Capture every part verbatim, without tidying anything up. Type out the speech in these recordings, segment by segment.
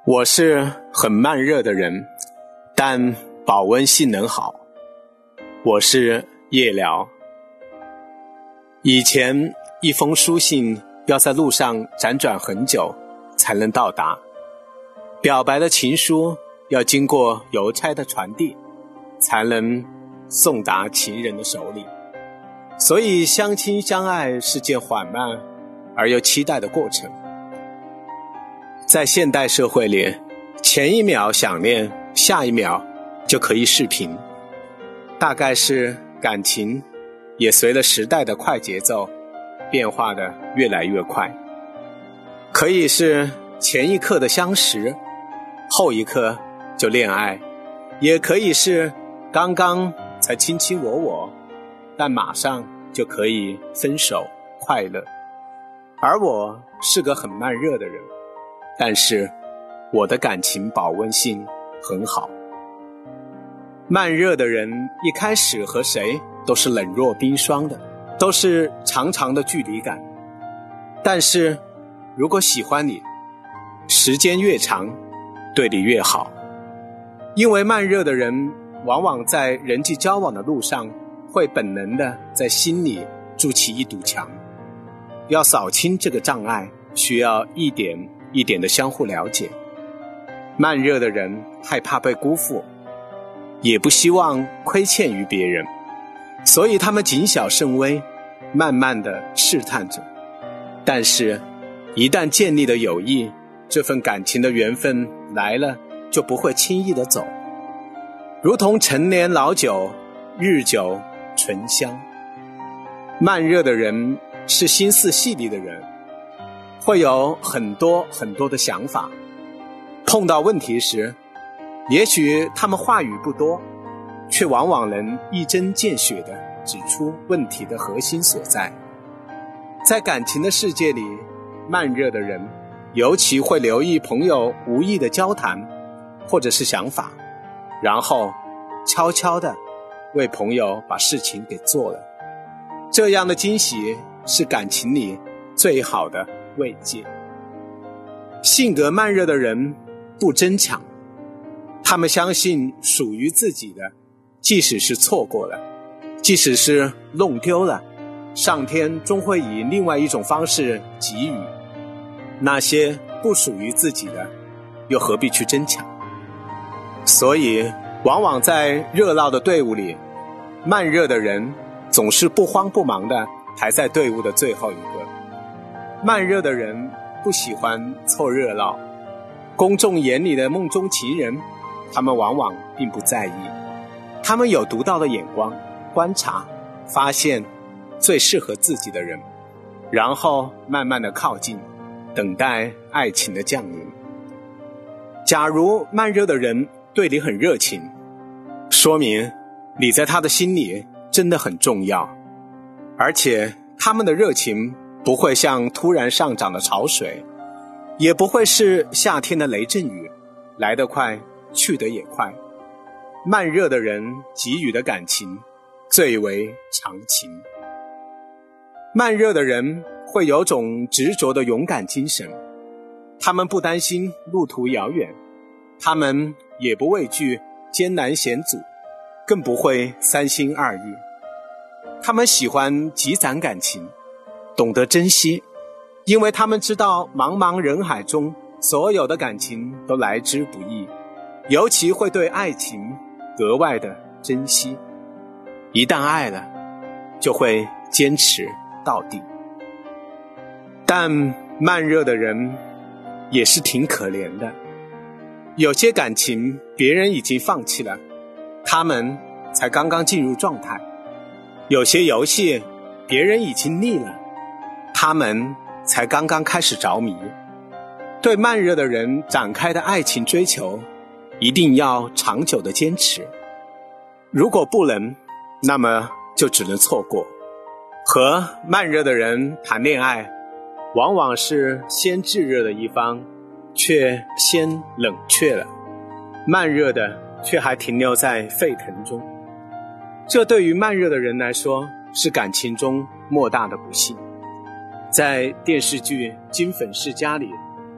我是很慢热的人，但保温性能好。我是夜聊。以前一封书信要在路上辗转很久才能到达，表白的情书要经过邮差的传递才能送达情人的手里，所以相亲相爱是件缓慢而又期待的过程。在现代社会里，前一秒想念，下一秒就可以视频，大概是感情也随了时代的快节奏变化的越来越快。可以是前一刻的相识，后一刻就恋爱，也可以是刚刚才卿卿我我，但马上就可以分手快乐。而我是个很慢热的人，但是我的感情保温性很好。慢热的人一开始和谁都是冷若冰霜的，都是长长的距离感。但是如果喜欢你，时间越长对你越好。因为慢热的人往往在人际交往的路上会本能的在心里筑起一堵墙，要扫清这个障碍需要一点一点的相互了解。慢热的人害怕被辜负，也不希望亏欠于别人，所以他们谨小慎微，慢慢地试探着。但是一旦建立了友谊，这份感情的缘分来了就不会轻易地走，如同陈年老酒，日久醇香。慢热的人是心思细腻的人，会有很多很多的想法，碰到问题时，也许他们话语不多，却往往能一针见血地指出问题的核心所在。在感情的世界里，慢热的人尤其会留意朋友无意的交谈或者是想法，然后悄悄地为朋友把事情给做了。这样的惊喜是感情里最好的慰藉。性格慢热的人不争抢，他们相信属于自己的，即使是错过了，即使是弄丢了，上天终会以另外一种方式给予。那些不属于自己的，又何必去争抢？所以往往在热闹的队伍里，慢热的人总是不慌不忙地排在队伍的最后一个。慢热的人不喜欢凑热闹，公众眼里的梦中情人，他们往往并不在意。他们有独到的眼光，观察发现最适合自己的人，然后慢慢的靠近，等待爱情的降临。假如慢热的人对你很热情，说明你在他的心里真的很重要，而且他们的热情不会像突然上涨的潮水，也不会是夏天的雷阵雨，来得快去得也快。慢热的人给予的感情最为长情。慢热的人会有种执着的勇敢精神，他们不担心路途遥远，他们也不畏惧艰难险阻，更不会三心二意。他们喜欢积攒感情，懂得珍惜，因为他们知道茫茫人海中所有的感情都来之不易，尤其会对爱情格外的珍惜。一旦爱了，就会坚持到底。但慢热的人也是挺可怜的，有些感情别人已经放弃了，他们才刚刚进入状态；有些游戏别人已经腻了，他们才刚刚开始着迷。对慢热的人展开的爱情追求，一定要长久的坚持。如果不能，那么就只能错过。和慢热的人谈恋爱，往往是先炙热的一方，却先冷却了，慢热的却还停留在沸腾中。这对于慢热的人来说，是感情中莫大的不幸。在电视剧《金粉世家》里，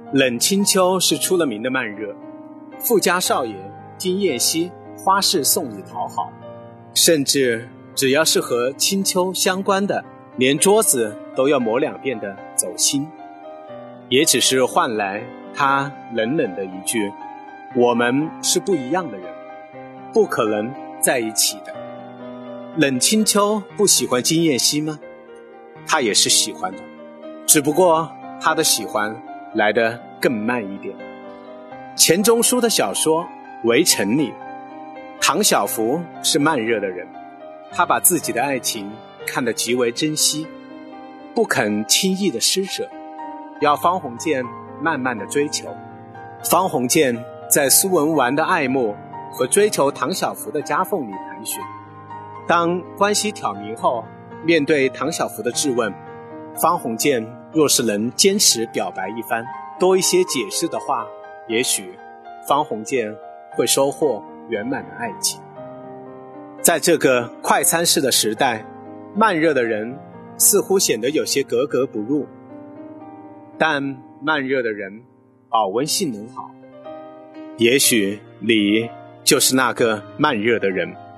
冷清秋是出了名的慢热，富家少爷金燕西花式送礼讨好，甚至只要是和清秋相关的，连桌子都要抹两遍的走心，也只是换来他冷冷的一句：我们是不一样的人，不可能在一起的。冷清秋不喜欢金燕西吗？他也是喜欢的，只不过他的喜欢来得更慢一点。钱钟书的小说《围城》里，唐晓芙是慢热的人，他把自己的爱情看得极为珍惜，不肯轻易的施舍，要方鸿渐慢慢的追求。方鸿渐在苏文纨的爱慕和追求唐晓芙的夹缝里盘旋，当关系挑明后，面对唐晓芙的质问，方鸿渐若是能坚持表白一番，多一些解释的话，也许方鸿渐会收获圆满的爱情。在这个快餐式的时代，慢热的人似乎显得有些格格不入，但慢热的人保温性能好，也许你就是那个慢热的人。